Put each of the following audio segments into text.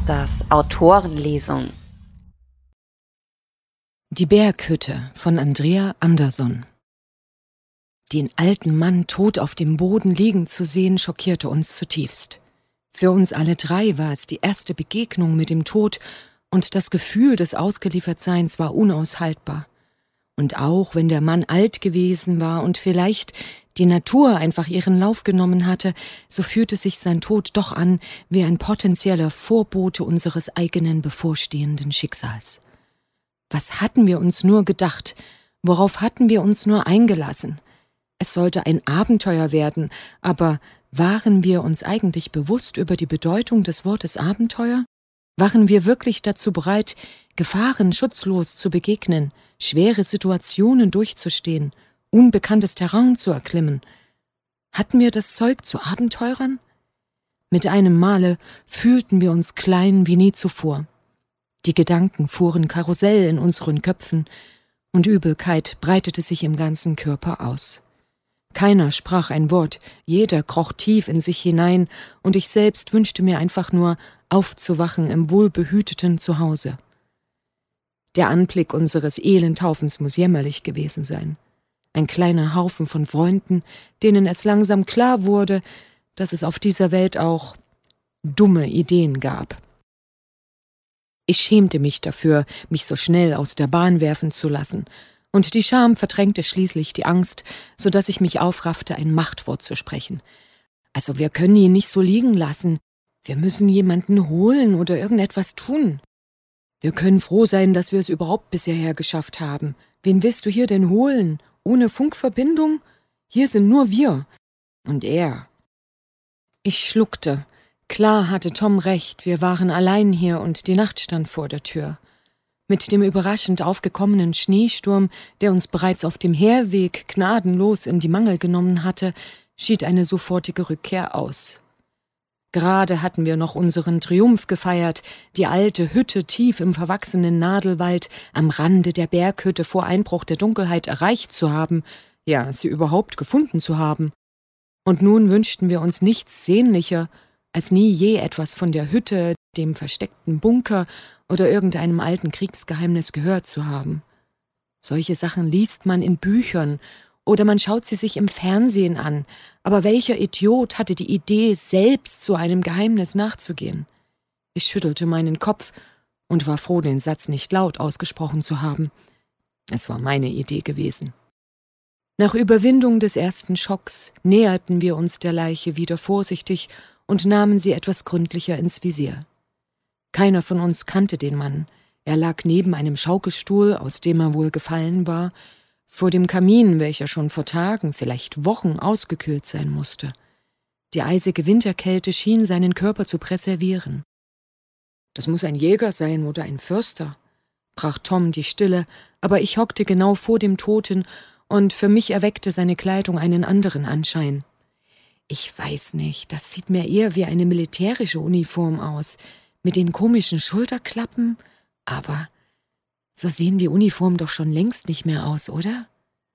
Schwesters Autorenlesung. Die Berghütte von Andrea Andersson. Den alten Mann tot auf dem Boden liegen zu sehen, schockierte uns zutiefst. Für uns alle drei war es die erste Begegnung mit dem Tod, und das Gefühl des Ausgeliefertseins war unaushaltbar. Und auch wenn der Mann alt gewesen war und vielleicht die Natur einfach ihren Lauf genommen hatte, so fühlte sich sein Tod doch an wie ein potenzieller Vorbote unseres eigenen bevorstehenden Schicksals. Was hatten wir uns nur gedacht? Worauf hatten wir uns nur eingelassen? Es sollte ein Abenteuer werden, aber waren wir uns eigentlich bewusst über die Bedeutung des Wortes Abenteuer? Waren wir wirklich dazu bereit, Gefahren schutzlos zu begegnen, schwere Situationen durchzustehen, unbekanntes Terrain zu erklimmen? Hatten wir das Zeug zu Abenteurern? Mit einem Male fühlten wir uns klein wie nie zuvor. Die Gedanken fuhren Karussell in unseren Köpfen, und Übelkeit breitete sich im ganzen Körper aus. Keiner sprach ein Wort, jeder kroch tief in sich hinein, und ich selbst wünschte mir einfach nur, aufzuwachen im wohlbehüteten Zuhause. Der Anblick unseres Elendhaufens muss jämmerlich gewesen sein. Ein kleiner Haufen von Freunden, denen es langsam klar wurde, dass es auf dieser Welt auch dumme Ideen gab. Ich schämte mich dafür, mich so schnell aus der Bahn werfen zu lassen, und die Scham verdrängte schließlich die Angst, so dass ich mich aufraffte, ein Machtwort zu sprechen. Also wir können ihn nicht so liegen lassen. Wir müssen jemanden holen oder irgendetwas tun. Wir können froh sein, dass wir es überhaupt bis hierher geschafft haben. Wen willst du hier denn holen? Ohne Funkverbindung? Hier sind nur wir. Und er. Ich schluckte. Klar hatte Tom recht, wir waren allein hier und die Nacht stand vor der Tür. Mit dem überraschend aufgekommenen Schneesturm, der uns bereits auf dem Herweg gnadenlos in die Mangel genommen hatte, schied eine sofortige Rückkehr aus. Gerade hatten wir noch unseren Triumph gefeiert, die alte Hütte tief im verwachsenen Nadelwald am Rande der Berghütte vor Einbruch der Dunkelheit erreicht zu haben, ja, sie überhaupt gefunden zu haben. Und nun wünschten wir uns nichts sehnlicher, als nie je etwas von der Hütte, dem versteckten Bunker oder irgendeinem alten Kriegsgeheimnis gehört zu haben. Solche Sachen liest man in Büchern oder man schaut sie sich im Fernsehen an, aber welcher Idiot hatte die Idee, selbst so einem Geheimnis nachzugehen? Ich schüttelte meinen Kopf und war froh, den Satz nicht laut ausgesprochen zu haben. Es war meine Idee gewesen. Nach Überwindung des ersten Schocks näherten wir uns der Leiche wieder vorsichtig und nahmen sie etwas gründlicher ins Visier. Keiner von uns kannte den Mann. Er lag neben einem Schaukelstuhl, aus dem er wohl gefallen war, vor dem Kamin, welcher schon vor Tagen, vielleicht Wochen ausgekühlt sein musste. Die eisige Winterkälte schien seinen Körper zu präservieren. »Das muss ein Jäger sein oder ein Förster«, brach Tom die Stille, aber ich hockte genau vor dem Toten, und für mich erweckte seine Kleidung einen anderen Anschein. »Ich weiß nicht, das sieht mir eher wie eine militärische Uniform aus, mit den komischen Schulterklappen, aber so sehen die Uniformen doch schon längst nicht mehr aus, oder?«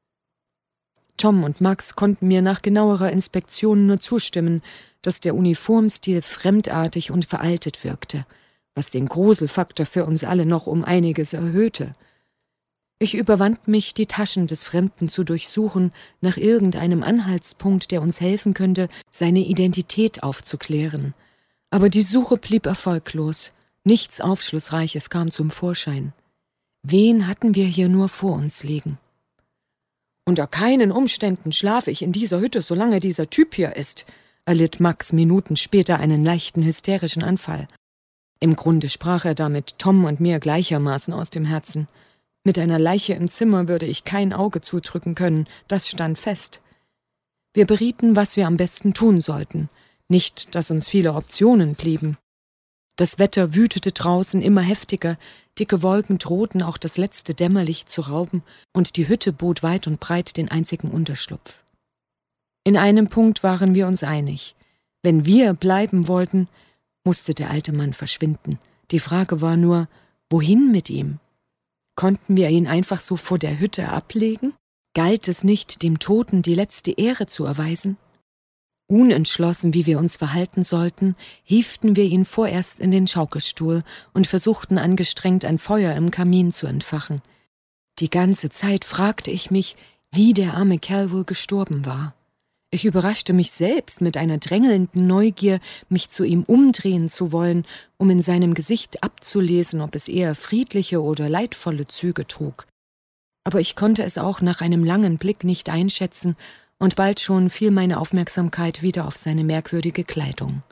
Tom und Max konnten mir nach genauerer Inspektion nur zustimmen, dass der Uniformstil fremdartig und veraltet wirkte, was den Gruselfaktor für uns alle noch um einiges erhöhte. Ich überwand mich, die Taschen des Fremden zu durchsuchen, nach irgendeinem Anhaltspunkt, der uns helfen könnte, seine Identität aufzuklären. Aber die Suche blieb erfolglos. Nichts Aufschlussreiches kam zum Vorschein. Wen hatten wir hier nur vor uns liegen? »Unter keinen Umständen schlafe ich in dieser Hütte, solange dieser Typ hier ist«, erlitt Max Minuten später einen leichten hysterischen Anfall. Im Grunde sprach er damit Tom und mir gleichermaßen aus dem Herzen. Mit einer Leiche im Zimmer würde ich kein Auge zudrücken können, das stand fest. Wir berieten, was wir am besten tun sollten. Nicht, dass uns viele Optionen blieben. Das Wetter wütete draußen immer heftiger, dicke Wolken drohten auch das letzte Dämmerlicht zu rauben, und die Hütte bot weit und breit den einzigen Unterschlupf. In einem Punkt waren wir uns einig. Wenn wir bleiben wollten, musste der alte Mann verschwinden. Die Frage war nur, wohin mit ihm? Konnten wir ihn einfach so vor der Hütte ablegen? Galt es nicht, dem Toten die letzte Ehre zu erweisen? Unentschlossen, wie wir uns verhalten sollten, hieften wir ihn vorerst in den Schaukelstuhl und versuchten angestrengt, ein Feuer im Kamin zu entfachen. Die ganze Zeit fragte ich mich, wie der arme Kerl wohl gestorben war. Ich überraschte mich selbst mit einer drängelnden Neugier, mich zu ihm umdrehen zu wollen, um in seinem Gesicht abzulesen, ob es eher friedliche oder leidvolle Züge trug. Aber ich konnte es auch nach einem langen Blick nicht einschätzen, und bald schon fiel meine Aufmerksamkeit wieder auf seine merkwürdige Kleidung.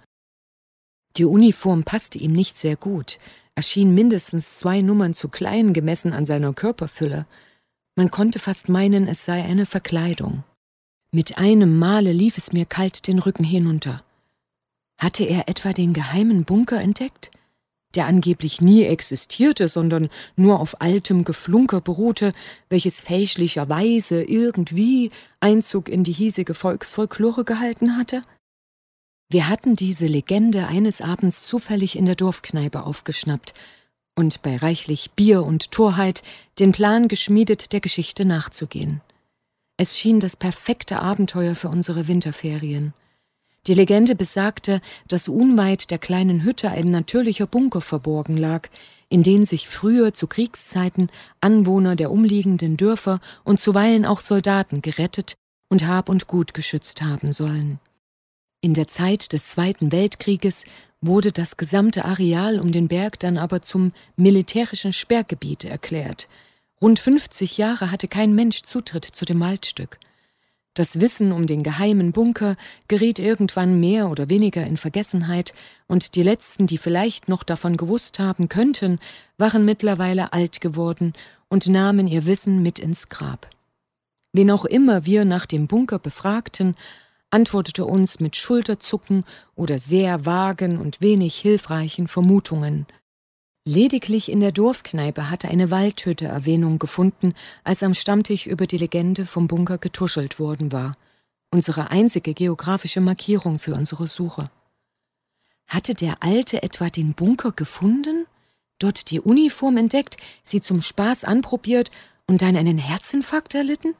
Die Uniform passte ihm nicht sehr gut, erschien mindestens 2 Nummern zu klein gemessen an seiner Körperfülle. Man konnte fast meinen, es sei eine Verkleidung. Mit einem Male lief es mir kalt den Rücken hinunter. Hatte er etwa den geheimen Bunker entdeckt, der angeblich nie existierte, sondern nur auf altem Geflunker beruhte, welches fälschlicherweise irgendwie Einzug in die hiesige Volksfolklore gehalten hatte? Wir hatten diese Legende eines Abends zufällig in der Dorfkneipe aufgeschnappt und bei reichlich Bier und Torheit den Plan geschmiedet, der Geschichte nachzugehen. Es schien das perfekte Abenteuer für unsere Winterferien. Die Legende besagte, dass unweit der kleinen Hütte ein natürlicher Bunker verborgen lag, in den sich früher zu Kriegszeiten Anwohner der umliegenden Dörfer und zuweilen auch Soldaten gerettet und Hab und Gut geschützt haben sollen. In der Zeit des Zweiten Weltkrieges wurde das gesamte Areal um den Berg dann aber zum militärischen Sperrgebiet erklärt. Rund 50 Jahre hatte kein Mensch Zutritt zu dem Waldstück. Das Wissen um den geheimen Bunker geriet irgendwann mehr oder weniger in Vergessenheit, und die Letzten, die vielleicht noch davon gewusst haben könnten, waren mittlerweile alt geworden und nahmen ihr Wissen mit ins Grab. Wen auch immer wir nach dem Bunker befragten, antwortete uns mit Schulterzucken oder sehr vagen und wenig hilfreichen Vermutungen. Lediglich in der Dorfkneipe hatte eine Waldhütte Erwähnung gefunden, als am Stammtisch über die Legende vom Bunker getuschelt worden war, unsere einzige geografische Markierung für unsere Suche. Hatte der Alte etwa den Bunker gefunden, dort die Uniform entdeckt, sie zum Spaß anprobiert und dann einen Herzinfarkt erlitten?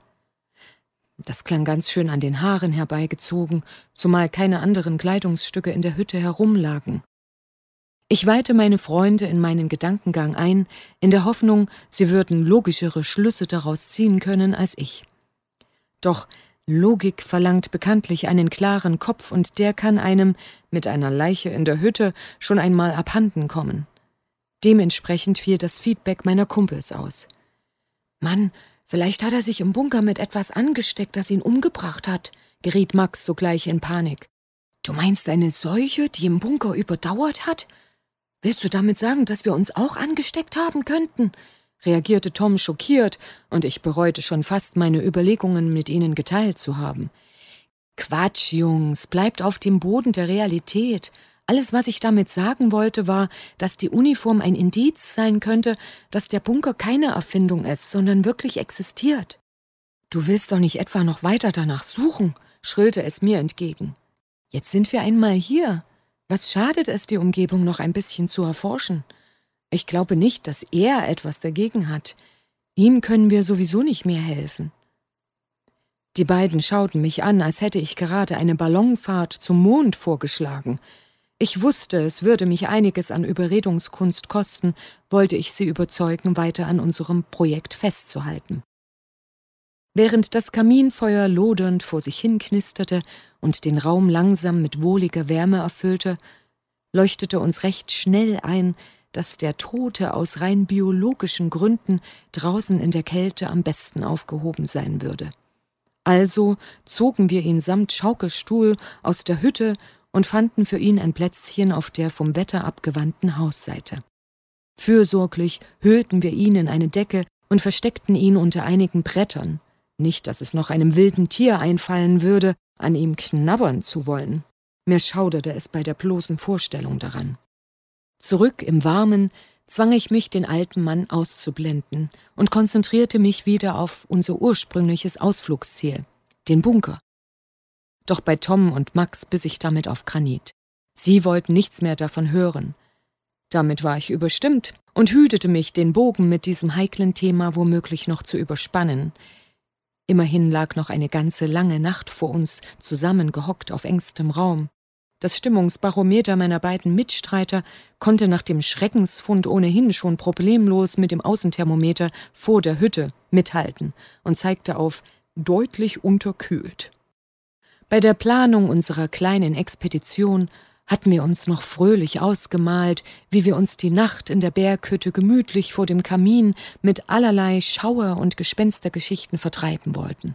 Das klang ganz schön an den Haaren herbeigezogen, zumal keine anderen Kleidungsstücke in der Hütte herumlagen. Ich weihte meine Freunde in meinen Gedankengang ein, in der Hoffnung, sie würden logischere Schlüsse daraus ziehen können als ich. Doch Logik verlangt bekanntlich einen klaren Kopf, und der kann einem mit einer Leiche in der Hütte schon einmal abhanden kommen. Dementsprechend fiel das Feedback meiner Kumpels aus. »Mann, vielleicht hat er sich im Bunker mit etwas angesteckt, das ihn umgebracht hat«, geriet Max sogleich in Panik. »Du meinst eine Seuche, die im Bunker überdauert hat? Willst du damit sagen, dass wir uns auch angesteckt haben könnten?« reagierte Tom schockiert, und ich bereute schon fast, meine Überlegungen mit ihnen geteilt zu haben. »Quatsch, Jungs, bleibt auf dem Boden der Realität. Alles, was ich damit sagen wollte, war, dass die Uniform ein Indiz sein könnte, dass der Bunker keine Erfindung ist, sondern wirklich existiert.« »Du willst doch nicht etwa noch weiter danach suchen?« schrillte es mir entgegen. »Jetzt sind wir einmal hier. Was schadet es, die Umgebung noch ein bisschen zu erforschen? Ich glaube nicht, dass er etwas dagegen hat. Ihm können wir sowieso nicht mehr helfen.« Die beiden schauten mich an, als hätte ich gerade eine Ballonfahrt zum Mond vorgeschlagen. Ich wusste, es würde mich einiges an Überredungskunst kosten, wollte ich sie überzeugen, weiter an unserem Projekt festzuhalten. Während das Kaminfeuer lodernd vor sich hin knisterte und den Raum langsam mit wohliger Wärme erfüllte, leuchtete uns recht schnell ein, dass der Tote aus rein biologischen Gründen draußen in der Kälte am besten aufgehoben sein würde. Also zogen wir ihn samt Schaukelstuhl aus der Hütte und fanden für ihn ein Plätzchen auf der vom Wetter abgewandten Hausseite. Fürsorglich hüllten wir ihn in eine Decke und versteckten ihn unter einigen Brettern. Nicht, dass es noch einem wilden Tier einfallen würde, an ihm knabbern zu wollen. Mir schauderte es bei der bloßen Vorstellung daran. Zurück im Warmen zwang ich mich, den alten Mann auszublenden, und konzentrierte mich wieder auf unser ursprüngliches Ausflugsziel, den Bunker. Doch bei Tom und Max biss ich damit auf Granit. Sie wollten nichts mehr davon hören. Damit war ich überstimmt und hütete mich, den Bogen mit diesem heiklen Thema womöglich noch zu überspannen. Immerhin lag noch eine ganze lange Nacht vor uns, zusammengehockt auf engstem Raum. Das Stimmungsbarometer meiner beiden Mitstreiter konnte nach dem Schreckensfund ohnehin schon problemlos mit dem Außenthermometer vor der Hütte mithalten und zeigte auf deutlich unterkühlt. Bei der Planung unserer kleinen Expedition hatten wir uns noch fröhlich ausgemalt, wie wir uns die Nacht in der Berghütte gemütlich vor dem Kamin mit allerlei Schauer- und Gespenstergeschichten vertreiben wollten.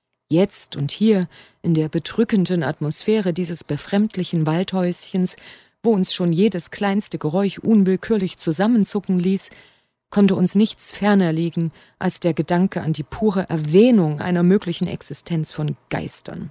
Jetzt und hier, in der bedrückenden Atmosphäre dieses befremdlichen Waldhäuschens, wo uns schon jedes kleinste Geräusch unwillkürlich zusammenzucken ließ, konnte uns nichts ferner liegen als der Gedanke an die pure Erwähnung einer möglichen Existenz von Geistern.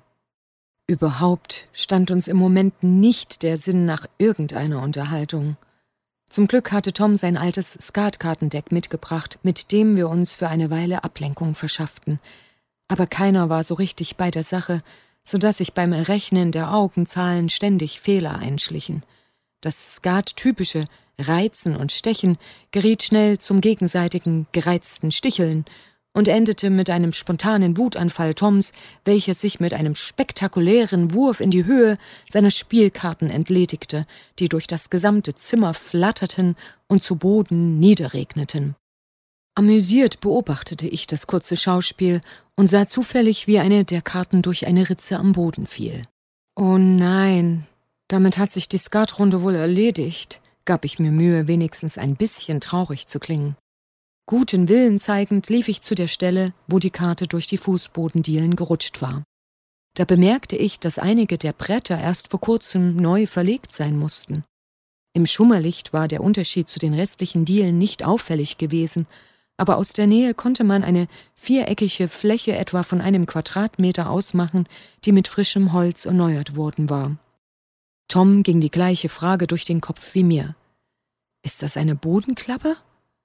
Überhaupt stand uns im Moment nicht der Sinn nach irgendeiner Unterhaltung. Zum Glück hatte Tom sein altes Skatkartendeck mitgebracht, mit dem wir uns für eine Weile Ablenkung verschafften. Aber keiner war so richtig bei der Sache, so dass sich beim Errechnen der Augenzahlen ständig Fehler einschlichen. Das Skat-typische Reizen und Stechen geriet schnell zum gegenseitigen gereizten Sticheln und endete mit einem spontanen Wutanfall Toms, welcher sich mit einem spektakulären Wurf in die Höhe seiner Spielkarten entledigte, die durch das gesamte Zimmer flatterten und zu Boden niederregneten. Amüsiert beobachtete ich das kurze Schauspiel und sah zufällig, wie eine der Karten durch eine Ritze am Boden fiel. »Oh nein, damit hat sich die Skatrunde wohl erledigt«, gab ich mir Mühe, wenigstens ein bisschen traurig zu klingen. Guten Willen zeigend lief ich zu der Stelle, wo die Karte durch die Fußbodendielen gerutscht war. Da bemerkte ich, dass einige der Bretter erst vor kurzem neu verlegt sein mussten. Im Schummerlicht war der Unterschied zu den restlichen Dielen nicht auffällig gewesen, aber aus der Nähe konnte man eine viereckige Fläche etwa von 1 Quadratmeter ausmachen, die mit frischem Holz erneuert worden war. Tom ging die gleiche Frage durch den Kopf wie mir. »Ist das eine Bodenklappe?«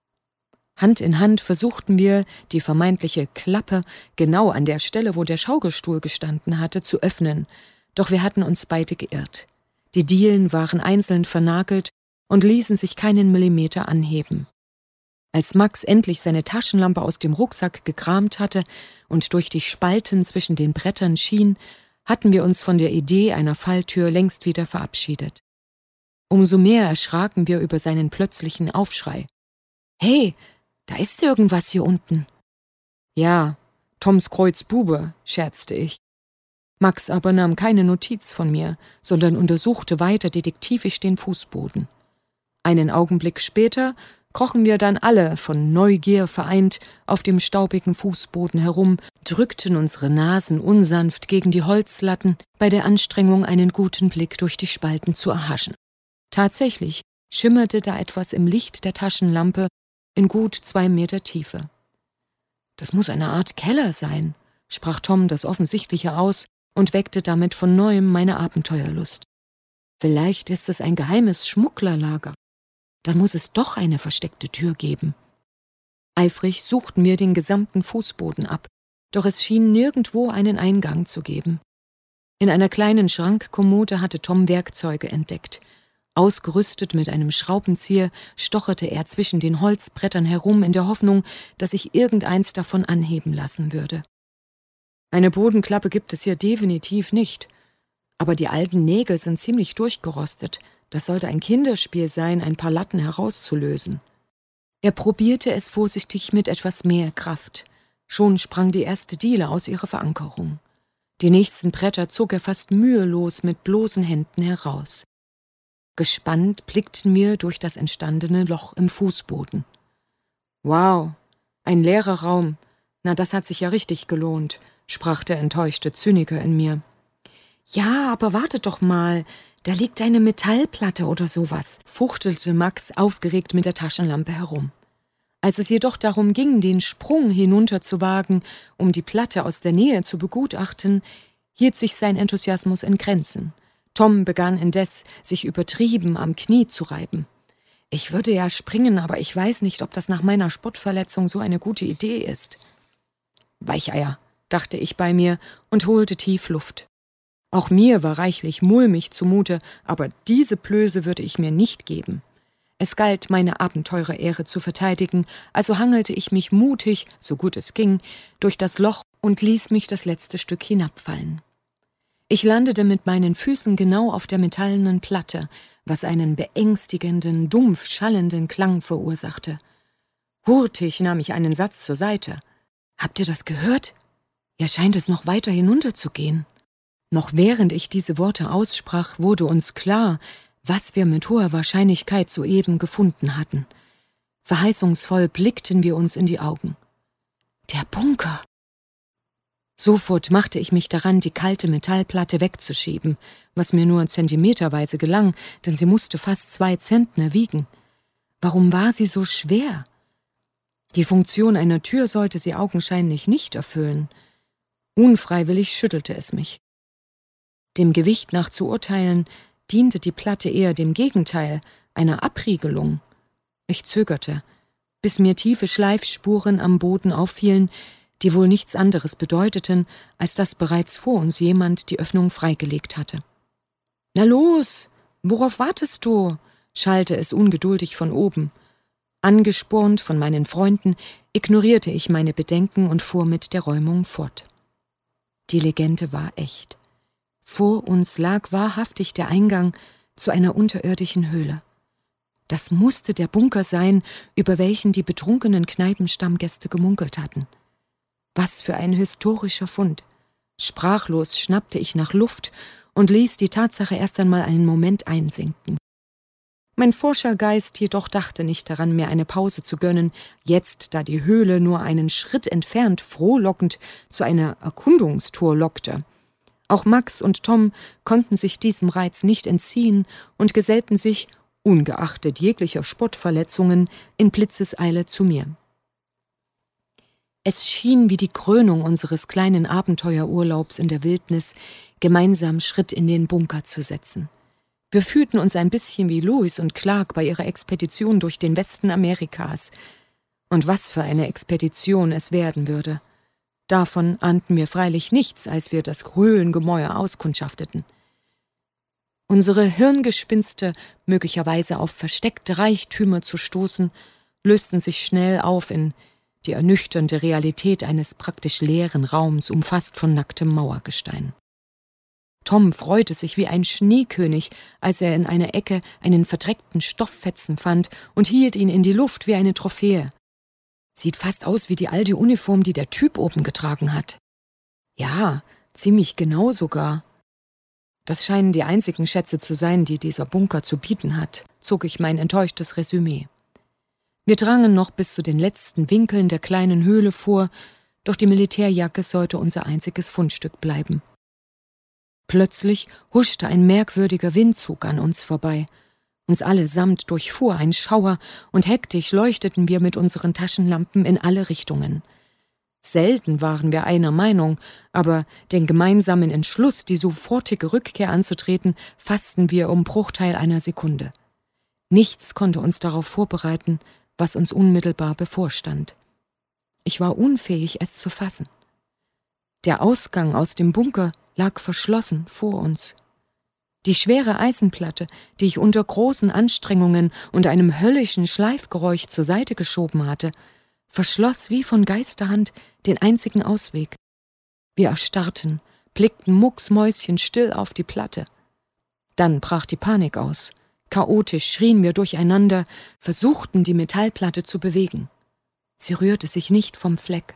Hand in Hand versuchten wir, die vermeintliche Klappe genau an der Stelle, wo der Schaukelstuhl gestanden hatte, zu öffnen, doch wir hatten uns beide geirrt. Die Dielen waren einzeln vernagelt und ließen sich keinen Millimeter anheben. Als Max endlich seine Taschenlampe aus dem Rucksack gekramt hatte und durch die Spalten zwischen den Brettern schien, hatten wir uns von der Idee einer Falltür längst wieder verabschiedet. Umso mehr erschraken wir über seinen plötzlichen Aufschrei. »Hey, da ist irgendwas hier unten.« »Ja, Toms Kreuzbube«, scherzte ich. Max aber nahm keine Notiz von mir, sondern untersuchte weiter detektivisch den Fußboden. Einen Augenblick später krochen wir dann alle, von Neugier vereint, auf dem staubigen Fußboden herum, drückten unsere Nasen unsanft gegen die Holzlatten, bei der Anstrengung, einen guten Blick durch die Spalten zu erhaschen. Tatsächlich schimmerte da etwas im Licht der Taschenlampe in gut 2 Meter Tiefe. »Das muss eine Art Keller sein«, sprach Tom das Offensichtliche aus und weckte damit von neuem meine Abenteuerlust. »Vielleicht ist es ein geheimes Schmugglerlager. Dann muss es doch eine versteckte Tür geben.« Eifrig suchten wir den gesamten Fußboden ab, doch es schien nirgendwo einen Eingang zu geben. In einer kleinen Schrankkommode hatte Tom Werkzeuge entdeckt. Ausgerüstet mit einem Schraubenzieher stocherte er zwischen den Holzbrettern herum in der Hoffnung, dass sich irgendeins davon anheben lassen würde. »Eine Bodenklappe gibt es hier definitiv nicht, aber die alten Nägel sind ziemlich durchgerostet. Das sollte ein Kinderspiel sein, ein paar Latten herauszulösen.« Er probierte es vorsichtig mit etwas mehr Kraft. Schon sprang die erste Diele aus ihrer Verankerung. Die nächsten Bretter zog er fast mühelos mit bloßen Händen heraus. Gespannt blickten wir durch das entstandene Loch im Fußboden. »Wow, ein leerer Raum. Na, das hat sich ja richtig gelohnt«, sprach der enttäuschte Zyniker in mir. »Ja, aber wartet doch mal, da liegt eine Metallplatte oder sowas«, fuchtelte Max aufgeregt mit der Taschenlampe herum. Als es jedoch darum ging, den Sprung hinunter zu wagen, um die Platte aus der Nähe zu begutachten, hielt sich sein Enthusiasmus in Grenzen. Tom begann indes, sich übertrieben am Knie zu reiben. »Ich würde ja springen, aber ich weiß nicht, ob das nach meiner Sportverletzung so eine gute Idee ist.« »Weicheier«, dachte ich bei mir und holte tief Luft. Auch mir war reichlich mulmig zumute, aber diese Blöße würde ich mir nicht geben. Es galt, meine Abenteurerehre zu verteidigen, also hangelte ich mich mutig, so gut es ging, durch das Loch und ließ mich das letzte Stück hinabfallen. Ich landete mit meinen Füßen genau auf der metallenen Platte, was einen beängstigenden, dumpf schallenden Klang verursachte. Hurtig nahm ich einen Satz zur Seite. »Habt ihr das gehört? Ja, scheint es noch weiter hinunterzugehen.« Noch während ich diese Worte aussprach, wurde uns klar, was wir mit hoher Wahrscheinlichkeit soeben gefunden hatten. Verheißungsvoll blickten wir uns in die Augen. »Der Bunker!« Sofort machte ich mich daran, die kalte Metallplatte wegzuschieben, was mir nur zentimeterweise gelang, denn sie musste fast 2 Zentner wiegen. Warum war sie so schwer? Die Funktion einer Tür sollte sie augenscheinlich nicht erfüllen. Unfreiwillig schüttelte es mich. Dem Gewicht nach zu urteilen, diente die Platte eher dem Gegenteil, einer Abriegelung. Ich zögerte, bis mir tiefe Schleifspuren am Boden auffielen, die wohl nichts anderes bedeuteten, als dass bereits vor uns jemand die Öffnung freigelegt hatte. »Na los, worauf wartest du?« schallte es ungeduldig von oben. Angespornt von meinen Freunden, ignorierte ich meine Bedenken und fuhr mit der Räumung fort. Die Legende war echt. Vor uns lag wahrhaftig der Eingang zu einer unterirdischen Höhle. Das musste der Bunker sein, über welchen die betrunkenen Kneipenstammgäste gemunkelt hatten. Was für ein historischer Fund! Sprachlos schnappte ich nach Luft und ließ die Tatsache erst einmal einen Moment einsinken. Mein Forschergeist jedoch dachte nicht daran, mir eine Pause zu gönnen, jetzt, da die Höhle nur einen Schritt entfernt frohlockend zu einer Erkundungstour lockte. Auch Max und Tom konnten sich diesem Reiz nicht entziehen und gesellten sich, ungeachtet jeglicher Spottverletzungen, in Blitzeseile zu mir. Es schien wie die Krönung unseres kleinen Abenteuerurlaubs in der Wildnis, gemeinsam Schritt in den Bunker zu setzen. Wir fühlten uns ein bisschen wie Lewis und Clark bei ihrer Expedition durch den Westen Amerikas. Und was für eine Expedition es werden würde. Davon ahnten wir freilich nichts, als wir das Höhlengemäuer auskundschafteten. Unsere Hirngespinste, möglicherweise auf versteckte Reichtümer zu stoßen, lösten sich schnell auf in die ernüchternde Realität eines praktisch leeren Raums, umfasst von nacktem Mauergestein. Tom freute sich wie ein Schneekönig, als er in einer Ecke einen verdreckten Stofffetzen fand und hielt ihn in die Luft wie eine Trophäe. »Sieht fast aus wie die alte Uniform, die der Typ oben getragen hat.« »Ja, ziemlich genau sogar.« »Das scheinen die einzigen Schätze zu sein, die dieser Bunker zu bieten hat«, zog ich mein enttäuschtes Resümee. Wir drangen noch bis zu den letzten Winkeln der kleinen Höhle vor, doch die Militärjacke sollte unser einziges Fundstück bleiben. Plötzlich huschte ein merkwürdiger Windzug an uns vorbei. Uns allesamt durchfuhr ein Schauer und hektisch leuchteten wir mit unseren Taschenlampen in alle Richtungen. Selten waren wir einer Meinung, aber den gemeinsamen Entschluss, die sofortige Rückkehr anzutreten, fassten wir um Bruchteil einer Sekunde. Nichts konnte uns darauf vorbereiten, was uns unmittelbar bevorstand. Ich war unfähig, es zu fassen. Der Ausgang aus dem Bunker lag verschlossen vor uns. Die schwere Eisenplatte, die ich unter großen Anstrengungen und einem höllischen Schleifgeräusch zur Seite geschoben hatte, verschloss wie von Geisterhand den einzigen Ausweg. Wir erstarrten, blickten mucksmäuschenstill auf die Platte. Dann brach die Panik aus. Chaotisch schrien wir durcheinander, versuchten die Metallplatte zu bewegen. Sie rührte sich nicht vom Fleck.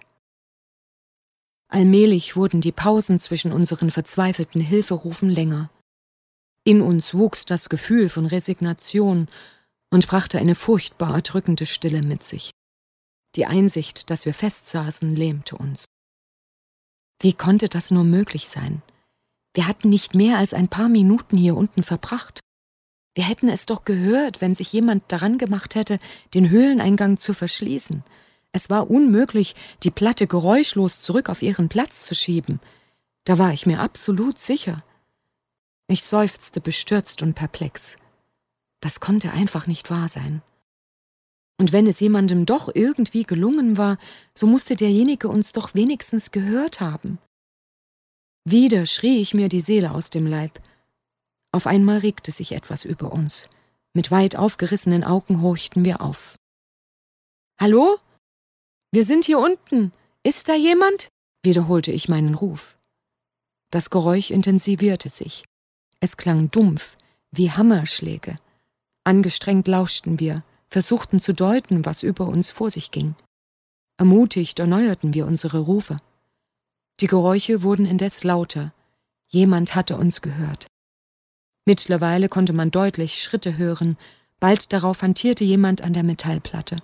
Allmählich wurden die Pausen zwischen unseren verzweifelten Hilferufen länger. In uns wuchs das Gefühl von Resignation und brachte eine furchtbar erdrückende Stille mit sich. Die Einsicht, dass wir festsaßen, lähmte uns. Wie konnte das nur möglich sein? Wir hatten nicht mehr als ein paar Minuten hier unten verbracht. Wir hätten es doch gehört, wenn sich jemand daran gemacht hätte, den Höhleneingang zu verschließen. Es war unmöglich, die Platte geräuschlos zurück auf ihren Platz zu schieben. Da war ich mir absolut sicher. Ich seufzte bestürzt und perplex. Das konnte einfach nicht wahr sein. Und wenn es jemandem doch irgendwie gelungen war, so musste derjenige uns doch wenigstens gehört haben. Wieder schrie ich mir die Seele aus dem Leib. Auf einmal regte sich etwas über uns. Mit weit aufgerissenen Augen horchten wir auf. »Hallo? Wir sind hier unten. Ist da jemand?« wiederholte ich meinen Ruf. Das Geräusch intensivierte sich. Es klang dumpf, wie Hammerschläge. Angestrengt lauschten wir, versuchten zu deuten, was über uns vor sich ging. Ermutigt erneuerten wir unsere Rufe. Die Geräusche wurden indes lauter. Jemand hatte uns gehört. Mittlerweile konnte man deutlich Schritte hören. Bald darauf hantierte jemand an der Metallplatte.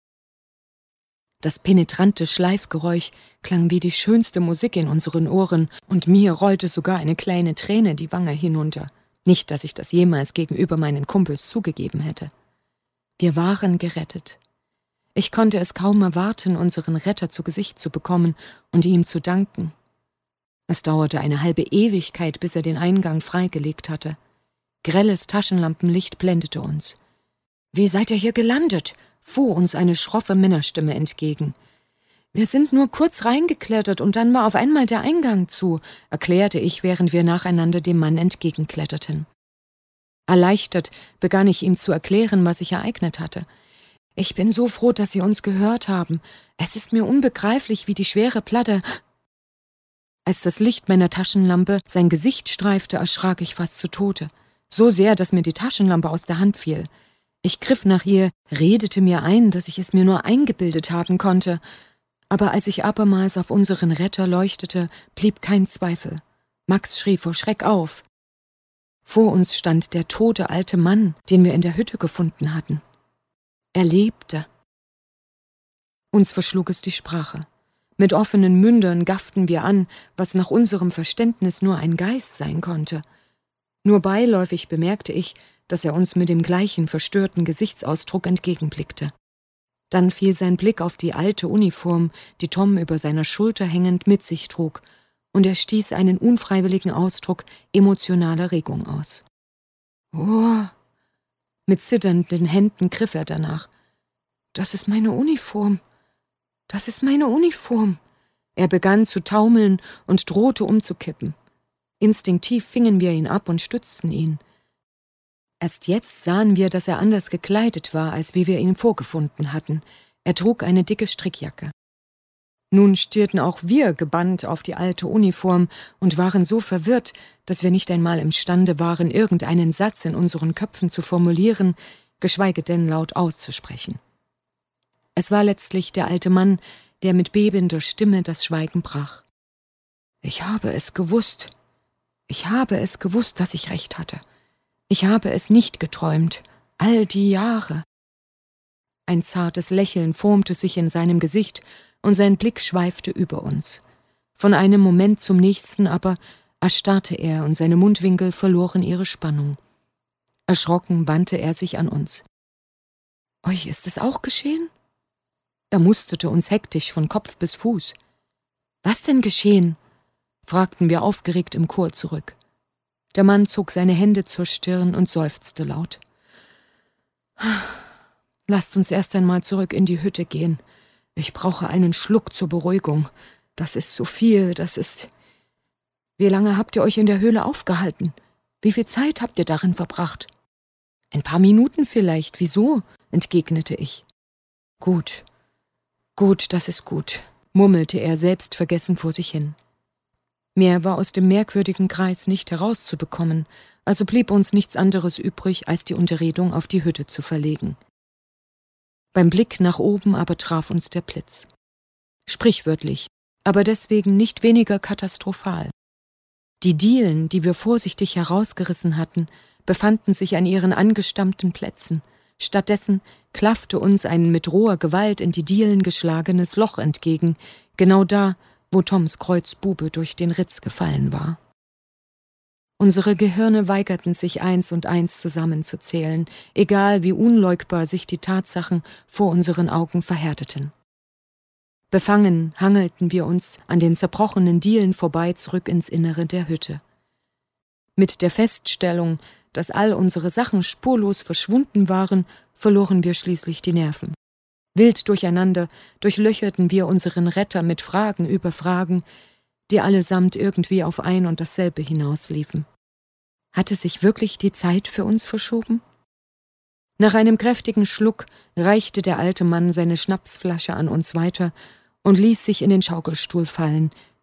Das penetrante Schleifgeräusch klang wie die schönste Musik in unseren Ohren, und mir rollte sogar eine kleine Träne die Wange hinunter. Nicht, dass ich das jemals gegenüber meinen Kumpels zugegeben hätte. Wir waren gerettet. Ich konnte es kaum erwarten, unseren Retter zu Gesicht zu bekommen und ihm zu danken. Es dauerte eine halbe Ewigkeit, bis er den Eingang freigelegt hatte. Grelles Taschenlampenlicht blendete uns. »Wie seid ihr hier gelandet?« fuhr uns eine schroffe Männerstimme entgegen. »Wir sind nur kurz reingeklettert und dann war auf einmal der Eingang zu«, erklärte ich, während wir nacheinander dem Mann entgegenkletterten. Erleichtert begann ich ihm zu erklären, was sich ereignet hatte. »Ich bin so froh, dass Sie uns gehört haben. Es ist mir unbegreiflich, wie die schwere Platte...« Als das Licht meiner Taschenlampe sein Gesicht streifte, erschrak ich fast zu Tode. So sehr, dass mir die Taschenlampe aus der Hand fiel. Ich griff nach ihr, redete mir ein, dass ich es mir nur eingebildet haben konnte. Aber als ich abermals auf unseren Retter leuchtete, blieb kein Zweifel. Max schrie vor Schreck auf. Vor uns stand der tote alte Mann, den wir in der Hütte gefunden hatten. Er lebte. Uns verschlug es die Sprache. Mit offenen Mündern gafften wir an, was nach unserem Verständnis nur ein Geist sein konnte. Nur beiläufig bemerkte ich, dass er uns mit dem gleichen verstörten Gesichtsausdruck entgegenblickte. Dann fiel sein Blick auf die alte Uniform, die Tom über seiner Schulter hängend mit sich trug, und er stieß einen unfreiwilligen Ausdruck emotionaler Regung aus. »Oh!« Mit zitternden Händen griff er danach. »Das ist meine Uniform! Das ist meine Uniform!« Er begann zu taumeln und drohte umzukippen. Instinktiv fingen wir ihn ab und stützten ihn. Erst jetzt sahen wir, dass er anders gekleidet war, als wie wir ihn vorgefunden hatten. Er trug eine dicke Strickjacke. Nun stierten auch wir gebannt auf die alte Uniform und waren so verwirrt, dass wir nicht einmal imstande waren, irgendeinen Satz in unseren Köpfen zu formulieren, geschweige denn laut auszusprechen. Es war letztlich der alte Mann, der mit bebender Stimme das Schweigen brach. »Ich habe es gewusst. Ich habe es gewusst, dass ich recht hatte. Ich habe es nicht geträumt, all die Jahre.« Ein zartes Lächeln formte sich in seinem Gesicht, und sein Blick schweifte über uns. Von einem Moment zum nächsten aber erstarrte er, und seine Mundwinkel verloren ihre Spannung. Erschrocken wandte er sich an uns. »Euch ist es auch geschehen?« Er musterte uns hektisch von Kopf bis Fuß. »Was denn geschehen?« fragten wir aufgeregt im Chor zurück. Der Mann zog seine Hände zur Stirn und seufzte laut. »Lasst uns erst einmal zurück in die Hütte gehen. Ich brauche einen Schluck zur Beruhigung. Das ist so viel, das ist... Wie lange habt ihr euch in der Höhle aufgehalten? Wie viel Zeit habt ihr darin verbracht?« »Ein paar Minuten vielleicht, wieso?« entgegnete ich. Gut, das ist gut«, murmelte er selbstvergessen vor sich hin. Mehr war aus dem merkwürdigen Kreis nicht herauszubekommen, also blieb uns nichts anderes übrig, als die Unterredung auf die Hütte zu verlegen. Beim Blick nach oben aber traf uns der Blitz. Sprichwörtlich, aber deswegen nicht weniger katastrophal. Die Dielen, die wir vorsichtig herausgerissen hatten, befanden sich an ihren angestammten Plätzen. Stattdessen klaffte uns ein mit roher Gewalt in die Dielen geschlagenes Loch entgegen, genau da, wo Toms Kreuzbube durch den Ritz gefallen war. Unsere Gehirne weigerten sich, eins und eins zusammenzuzählen, egal wie unleugbar sich die Tatsachen vor unseren Augen verhärteten. Befangen hangelten wir uns an den zerbrochenen Dielen vorbei zurück ins Innere der Hütte. Mit der Feststellung, dass all unsere Sachen spurlos verschwunden waren, verloren wir schließlich die Nerven. Wild durcheinander durchlöcherten wir unseren Retter mit Fragen über Fragen, die allesamt irgendwie auf ein und dasselbe hinausliefen. Hatte sich wirklich die Zeit für uns verschoben? Nach einem kräftigen Schluck reichte der alte Mann seine Schnapsflasche an uns weiter und ließ sich in den Schaukelstuhl fallen,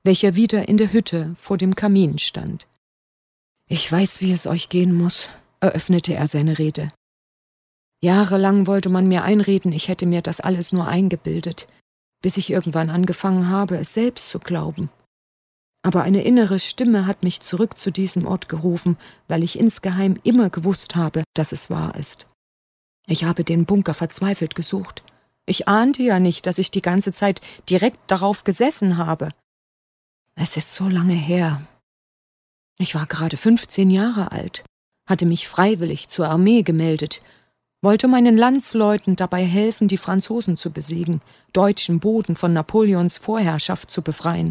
welcher wieder in der Hütte vor dem Kamin stand. »Ich weiß, wie es euch gehen muss«, eröffnete er seine Rede. »Jahrelang wollte man mir einreden, ich hätte mir das alles nur eingebildet, bis ich irgendwann angefangen habe, es selbst zu glauben. Aber eine innere Stimme hat mich zurück zu diesem Ort gerufen, weil ich insgeheim immer gewusst habe, dass es wahr ist. Ich habe den Bunker verzweifelt gesucht. Ich ahnte ja nicht, dass ich die ganze Zeit direkt darauf gesessen habe. Es ist so lange her. Ich war gerade 15 Jahre alt, hatte mich freiwillig zur Armee gemeldet, wollte meinen Landsleuten dabei helfen, die Franzosen zu besiegen, deutschen Boden von Napoleons Vorherrschaft zu befreien.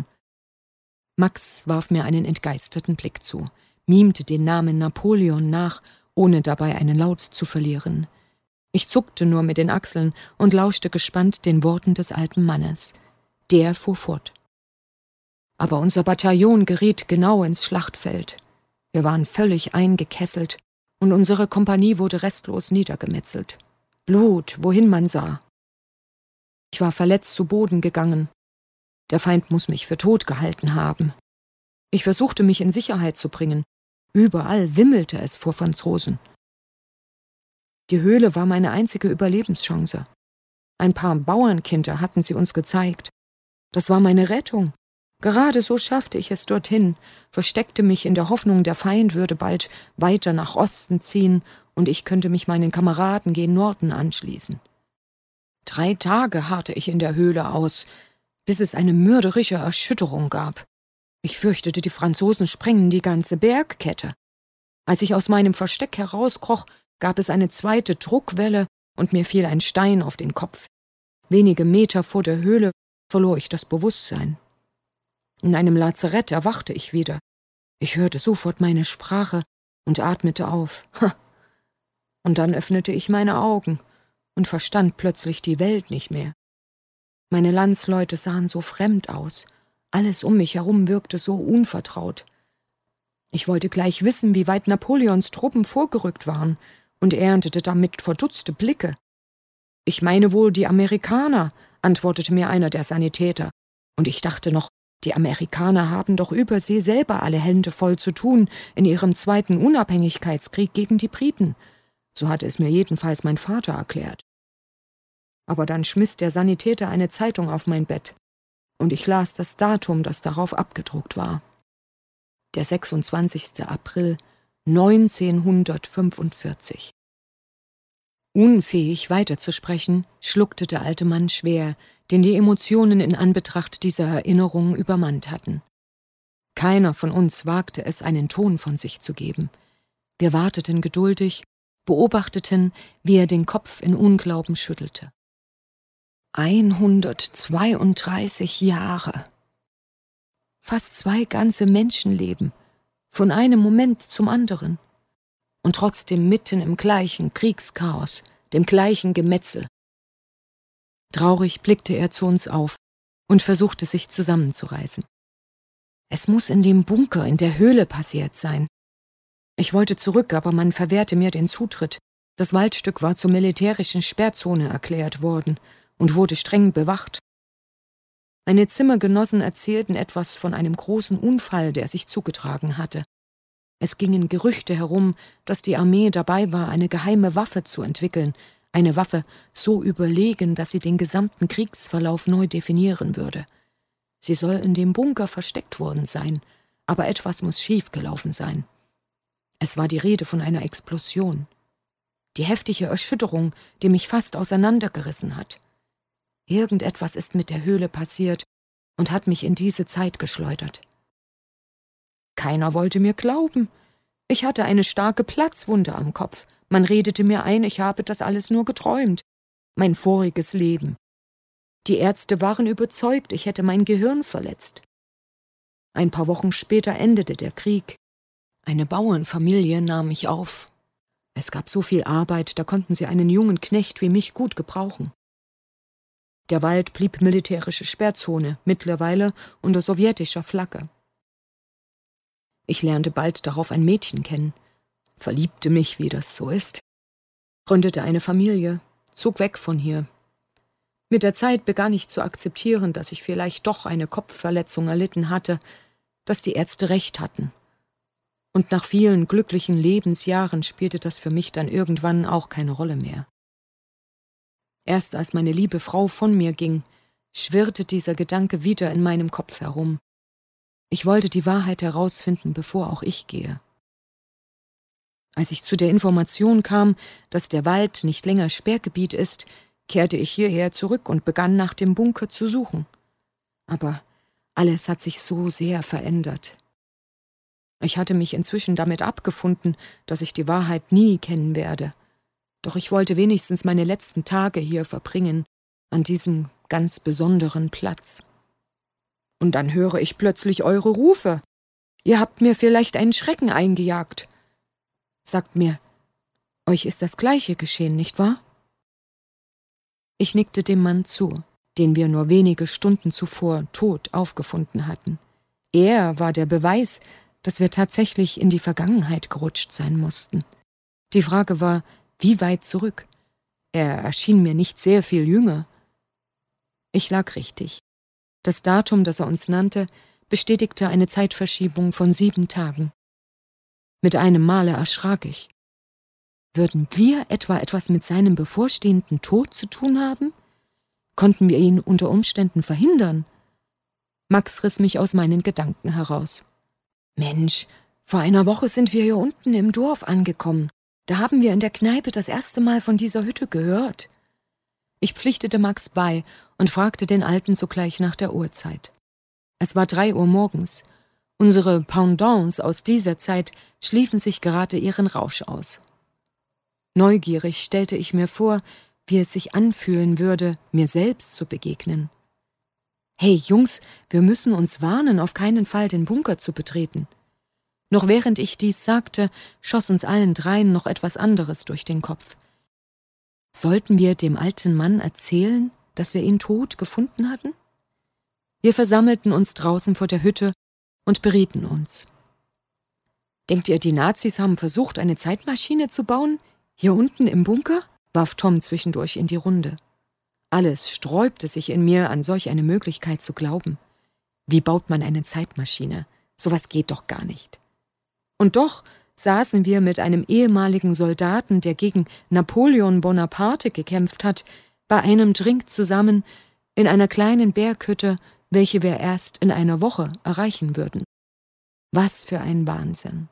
Max warf mir einen entgeisterten Blick zu, mimte den Namen Napoleon nach, ohne dabei einen Laut zu verlieren. Ich zuckte nur mit den Achseln und lauschte gespannt den Worten des alten Mannes. Der fuhr fort. Aber unser Bataillon geriet genau ins Schlachtfeld. Wir waren völlig eingekesselt und unsere Kompanie wurde restlos niedergemetzelt. Blut, wohin man sah. Ich war verletzt zu Boden gegangen. Der Feind muss mich für tot gehalten haben. Ich versuchte, mich in Sicherheit zu bringen. Überall wimmelte es vor Franzosen. Die Höhle war meine einzige Überlebenschance. Ein paar Bauernkinder hatten sie uns gezeigt. Das war meine Rettung. Gerade so schaffte ich es dorthin, versteckte mich in der Hoffnung, der Feind würde bald weiter nach Osten ziehen und ich könnte mich meinen Kameraden gen Norden anschließen. 3 Tage harrte ich in der Höhle aus, bis es eine mörderische Erschütterung gab. Ich fürchtete, die Franzosen sprengen die ganze Bergkette. Als ich aus meinem Versteck herauskroch, gab es eine zweite Druckwelle und mir fiel ein Stein auf den Kopf. Wenige Meter vor der Höhle verlor ich das Bewusstsein. In einem Lazarett erwachte ich wieder. Ich hörte sofort meine Sprache und atmete auf. Und dann öffnete ich meine Augen und verstand plötzlich die Welt nicht mehr. Meine Landsleute sahen so fremd aus. Alles um mich herum wirkte so unvertraut. Ich wollte gleich wissen, wie weit Napoleons Truppen vorgerückt waren und erntete damit verdutzte Blicke. »Ich meine wohl die Amerikaner«, antwortete mir einer der Sanitäter. Und ich dachte noch, die Amerikaner haben doch übersee selber alle Hände voll zu tun in ihrem zweiten Unabhängigkeitskrieg gegen die Briten. So hatte es mir jedenfalls mein Vater erklärt. Aber dann schmiss der Sanitäter eine Zeitung auf mein Bett, und ich las das Datum, das darauf abgedruckt war. Der 26. April 1945. Unfähig weiterzusprechen, schluckte der alte Mann schwer, den die Emotionen in Anbetracht dieser Erinnerung übermannt hatten. Keiner von uns wagte es, einen Ton von sich zu geben. Wir warteten geduldig, beobachteten, wie er den Kopf in Unglauben schüttelte. 132 Jahre. Fast 2 ganze Menschenleben, von einem Moment zum anderen. Und trotzdem mitten im gleichen Kriegschaos, dem gleichen Gemetzel. Traurig blickte er zu uns auf und versuchte sich zusammenzureißen. Es muss in dem Bunker in der Höhle passiert sein. Ich wollte zurück, aber man verwehrte mir den Zutritt. Das Waldstück war zur militärischen Sperrzone erklärt worden und wurde streng bewacht. Meine Zimmergenossen erzählten etwas von einem großen Unfall, der sich zugetragen hatte. Es gingen Gerüchte herum, dass die Armee dabei war, eine geheime Waffe zu entwickeln, eine Waffe so überlegen, dass sie den gesamten Kriegsverlauf neu definieren würde. Sie soll in dem Bunker versteckt worden sein, aber etwas muss schiefgelaufen sein. Es war die Rede von einer Explosion. Die heftige Erschütterung, die mich fast auseinandergerissen hat. Irgendetwas ist mit der Höhle passiert und hat mich in diese Zeit geschleudert. Keiner wollte mir glauben. Ich hatte eine starke Platzwunde am Kopf. Man redete mir ein, ich habe das alles nur geträumt. Mein voriges Leben. Die Ärzte waren überzeugt, ich hätte mein Gehirn verletzt. Ein paar Wochen später endete der Krieg. Eine Bauernfamilie nahm mich auf. Es gab so viel Arbeit, da konnten sie einen jungen Knecht wie mich gut gebrauchen. Der Wald blieb militärische Sperrzone, mittlerweile unter sowjetischer Flagge. Ich lernte bald darauf ein Mädchen kennen, verliebte mich, wie das so ist, gründete eine Familie, zog weg von hier. Mit der Zeit begann ich zu akzeptieren, dass ich vielleicht doch eine Kopfverletzung erlitten hatte, dass die Ärzte recht hatten. Und nach vielen glücklichen Lebensjahren spielte das für mich dann irgendwann auch keine Rolle mehr. Erst als meine liebe Frau von mir ging, schwirrte dieser Gedanke wieder in meinem Kopf herum. Ich wollte die Wahrheit herausfinden, bevor auch ich gehe. Als ich zu der Information kam, dass der Wald nicht länger Sperrgebiet ist, kehrte ich hierher zurück und begann nach dem Bunker zu suchen. Aber alles hat sich so sehr verändert. Ich hatte mich inzwischen damit abgefunden, dass ich die Wahrheit nie kennen werde. Doch ich wollte wenigstens meine letzten Tage hier verbringen, an diesem ganz besonderen Platz. Und dann höre ich plötzlich eure Rufe. Ihr habt mir vielleicht einen Schrecken eingejagt. Sagt mir, euch ist das Gleiche geschehen, nicht wahr? Ich nickte dem Mann zu, den wir nur wenige Stunden zuvor tot aufgefunden hatten. Er war der Beweis, dass wir tatsächlich in die Vergangenheit gerutscht sein mussten. Die Frage war, wie weit zurück? Er erschien mir nicht sehr viel jünger. Ich lag richtig. Das Datum, das er uns nannte, bestätigte eine Zeitverschiebung von 7 Tagen. Mit einem Male erschrak ich. Würden wir etwa etwas mit seinem bevorstehenden Tod zu tun haben? Konnten wir ihn unter Umständen verhindern? Max riss mich aus meinen Gedanken heraus. Mensch, vor einer Woche sind wir hier unten im Dorf angekommen. Da haben wir in der Kneipe das erste Mal von dieser Hütte gehört. Ich pflichtete Max bei und fragte den Alten sogleich nach der Uhrzeit. Es war 3 Uhr morgens. Unsere Pendants aus dieser Zeit schliefen sich gerade ihren Rausch aus. Neugierig stellte ich mir vor, wie es sich anfühlen würde, mir selbst zu begegnen. »Hey Jungs, wir müssen uns warnen, auf keinen Fall den Bunker zu betreten.« Noch während ich dies sagte, schoss uns allen dreien noch etwas anderes durch den Kopf. Sollten wir dem alten Mann erzählen, dass wir ihn tot gefunden hatten? Wir versammelten uns draußen vor der Hütte und berieten uns. »Denkt ihr, die Nazis haben versucht, eine Zeitmaschine zu bauen? Hier unten im Bunker?« warf Tom zwischendurch in die Runde. Alles sträubte sich in mir, an solch eine Möglichkeit zu glauben. Wie baut man eine Zeitmaschine? Sowas geht doch gar nicht. Und doch saßen wir mit einem ehemaligen Soldaten, der gegen Napoleon Bonaparte gekämpft hat, bei einem Drink zusammen in einer kleinen Berghütte, welche wir erst in einer Woche erreichen würden. Was für ein Wahnsinn!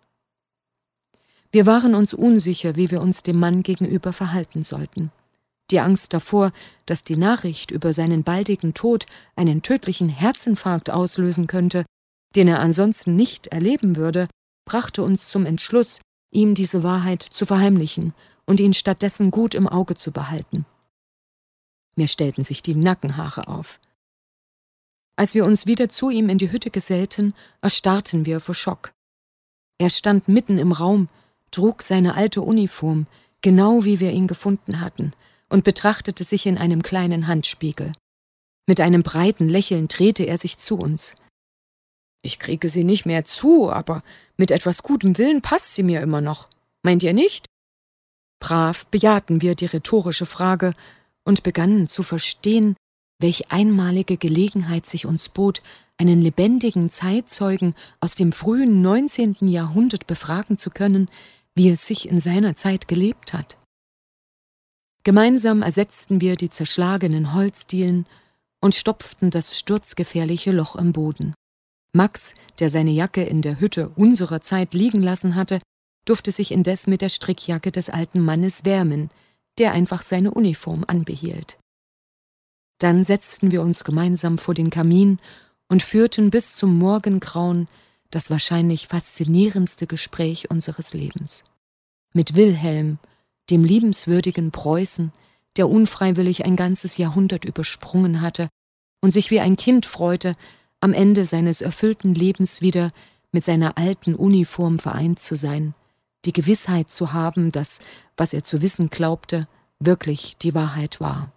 Wir waren uns unsicher, wie wir uns dem Mann gegenüber verhalten sollten. Die Angst davor, dass die Nachricht über seinen baldigen Tod einen tödlichen Herzinfarkt auslösen könnte, den er ansonsten nicht erleben würde, brachte uns zum Entschluss, ihm diese Wahrheit zu verheimlichen und ihn stattdessen gut im Auge zu behalten. Mir stellten sich die Nackenhaare auf. Als wir uns wieder zu ihm in die Hütte gesellten, erstarrten wir vor Schock. Er stand mitten im Raum, trug seine alte Uniform, genau wie wir ihn gefunden hatten, und betrachtete sich in einem kleinen Handspiegel. Mit einem breiten Lächeln drehte er sich zu uns. »Ich kriege sie nicht mehr zu, aber mit etwas gutem Willen passt sie mir immer noch. Meint ihr nicht?« Brav bejahten wir die rhetorische Frage und begannen zu verstehen, welch einmalige Gelegenheit sich uns bot, einen lebendigen Zeitzeugen aus dem frühen 19. Jahrhundert befragen zu können, wie es sich in seiner Zeit gelebt hat. Gemeinsam ersetzten wir die zerschlagenen Holzdielen und stopften das sturzgefährliche Loch im Boden. Max, der seine Jacke in der Hütte unserer Zeit liegen lassen hatte, durfte sich indes mit der Strickjacke des alten Mannes wärmen, der einfach seine Uniform anbehielt. Dann setzten wir uns gemeinsam vor den Kamin und führten bis zum Morgengrauen das wahrscheinlich faszinierendste Gespräch unseres Lebens. Mit Wilhelm, dem liebenswürdigen Preußen, der unfreiwillig ein ganzes Jahrhundert übersprungen hatte und sich wie ein Kind freute, am Ende seines erfüllten Lebens wieder mit seiner alten Uniform vereint zu sein, die Gewissheit zu haben, dass, was er zu wissen glaubte, wirklich die Wahrheit war.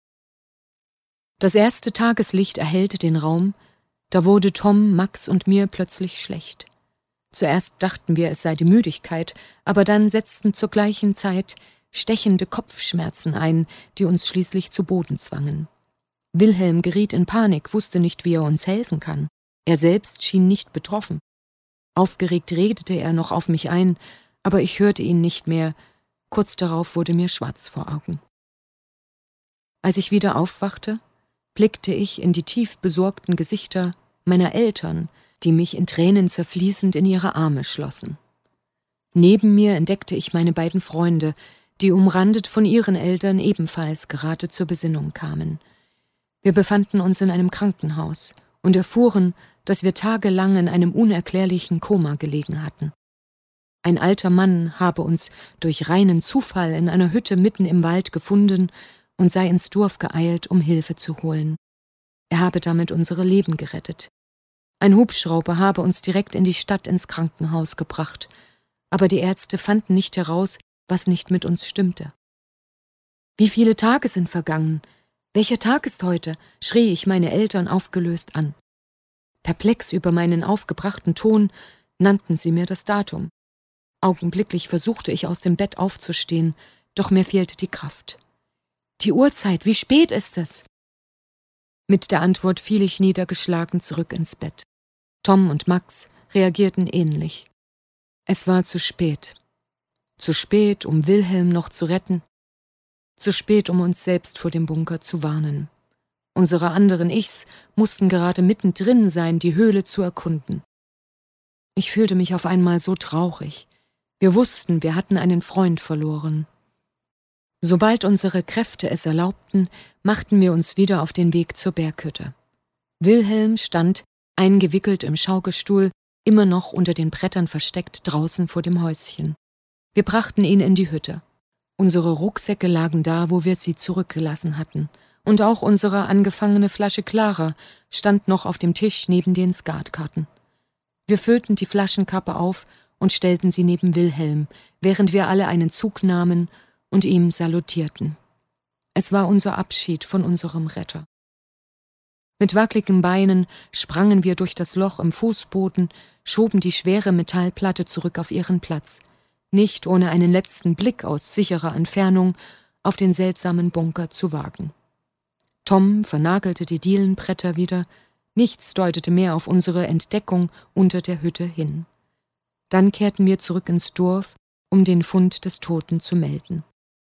Das erste Tageslicht erhellte den Raum, da wurde Tom, Max und mir plötzlich schlecht. Zuerst dachten wir, es sei die Müdigkeit, aber dann setzten zur gleichen Zeit stechende Kopfschmerzen ein, die uns schließlich zu Boden zwangen. Wilhelm geriet in Panik, wusste nicht, wie er uns helfen kann. Er selbst schien nicht betroffen. Aufgeregt redete er noch auf mich ein, aber ich hörte ihn nicht mehr. Kurz darauf wurde mir schwarz vor Augen. Als ich wieder aufwachte, blickte ich in die tief besorgten Gesichter meiner Eltern, die mich in Tränen zerfließend in ihre Arme schlossen. Neben mir entdeckte ich meine beiden Freunde, die umrandet von ihren Eltern ebenfalls gerade zur Besinnung kamen. Wir befanden uns in einem Krankenhaus und erfuhren, dass wir tagelang in einem unerklärlichen Koma gelegen hatten. Ein alter Mann habe uns durch reinen Zufall in einer Hütte mitten im Wald gefunden und sei ins Dorf geeilt, um Hilfe zu holen. Er habe damit unsere Leben gerettet. Ein Hubschrauber habe uns direkt in die Stadt ins Krankenhaus gebracht, aber die Ärzte fanden nicht heraus, was nicht mit uns stimmte. »Wie viele Tage sind vergangen? Welcher Tag ist heute?« schrie ich meine Eltern aufgelöst an. Perplex über meinen aufgebrachten Ton nannten sie mir das Datum. Augenblicklich versuchte ich aus dem Bett aufzustehen, doch mir fehlte die Kraft. »Die Uhrzeit, wie spät ist es?« Mit der Antwort fiel ich niedergeschlagen zurück ins Bett. Tom und Max reagierten ähnlich. Es war zu spät. Zu spät, um Wilhelm noch zu retten. Zu spät, um uns selbst vor dem Bunker zu warnen. Unsere anderen Ichs mussten gerade mittendrin sein, die Höhle zu erkunden. Ich fühlte mich auf einmal so traurig. Wir wussten, wir hatten einen Freund verloren. Sobald unsere Kräfte es erlaubten, machten wir uns wieder auf den Weg zur Berghütte. Wilhelm stand, eingewickelt im Schaukelstuhl, immer noch unter den Brettern versteckt draußen vor dem Häuschen. Wir brachten ihn in die Hütte. Unsere Rucksäcke lagen da, wo wir sie zurückgelassen hatten. Und auch unsere angefangene Flasche Clara stand noch auf dem Tisch neben den Skatkarten. Wir füllten die Flaschenkappe auf und stellten sie neben Wilhelm, während wir alle einen Zug nahmen und ihm salutierten. Es war unser Abschied von unserem Retter. Mit wackeligen Beinen sprangen wir durch das Loch im Fußboden, schoben die schwere Metallplatte zurück auf ihren Platz, nicht ohne einen letzten Blick aus sicherer Entfernung auf den seltsamen Bunker zu wagen. Tom vernagelte die Dielenbretter wieder, nichts deutete mehr auf unsere Entdeckung unter der Hütte hin. Dann kehrten wir zurück ins Dorf, um den Fund des Toten zu melden.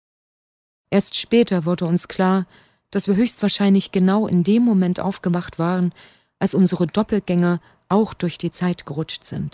Erst später wurde uns klar, dass wir höchstwahrscheinlich genau in dem Moment aufgewacht waren, als unsere Doppelgänger auch durch die Zeit gerutscht sind.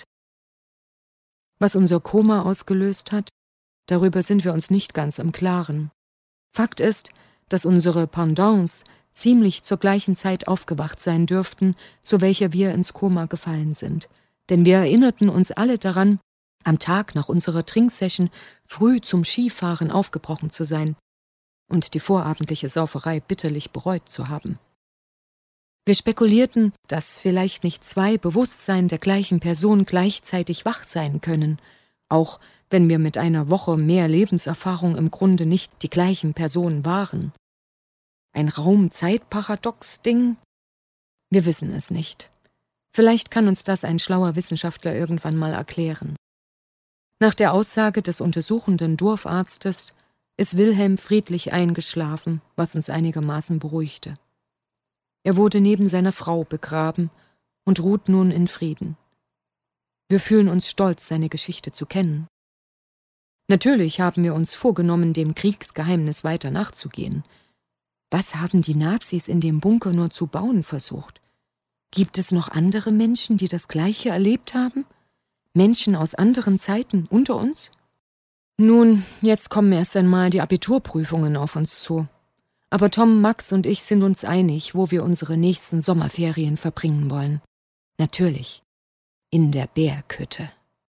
Was unser Koma ausgelöst hat, darüber sind wir uns nicht ganz im Klaren. Fakt ist, dass unsere Pendants ziemlich zur gleichen Zeit aufgewacht sein dürften, zu welcher wir ins Koma gefallen sind. Denn wir erinnerten uns alle daran, am Tag nach unserer Trinksession früh zum Skifahren aufgebrochen zu sein und die vorabendliche Sauferei bitterlich bereut zu haben. Wir spekulierten, dass vielleicht nicht zwei Bewusstsein der gleichen Person gleichzeitig wach sein können, auch wenn wir mit einer Woche mehr Lebenserfahrung im Grunde nicht die gleichen Personen waren. Ein Raum-Zeit-Paradox-Ding? Wir wissen es nicht. Vielleicht kann uns das ein schlauer Wissenschaftler irgendwann mal erklären. Nach der Aussage des untersuchenden Dorfarztes ist Wilhelm friedlich eingeschlafen, was uns einigermaßen beruhigte. Er wurde neben seiner Frau begraben und ruht nun in Frieden. Wir fühlen uns stolz, seine Geschichte zu kennen. Natürlich haben wir uns vorgenommen, dem Kriegsgeheimnis weiter nachzugehen. Was haben die Nazis in dem Bunker nur zu bauen versucht? Gibt es noch andere Menschen, die das Gleiche erlebt haben? Menschen aus anderen Zeiten unter uns? Nun, jetzt kommen erst einmal die Abiturprüfungen auf uns zu. Aber Tom, Max und ich sind uns einig, wo wir unsere nächsten Sommerferien verbringen wollen. Natürlich, in der Berghütte.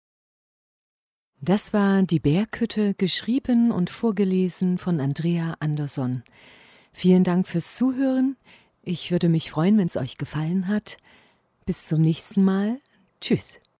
Das war Die Berghütte, geschrieben und vorgelesen von Andrea Andersson. Vielen Dank fürs Zuhören. Ich würde mich freuen, wenn es euch gefallen hat. Bis zum nächsten Mal. Tschüss.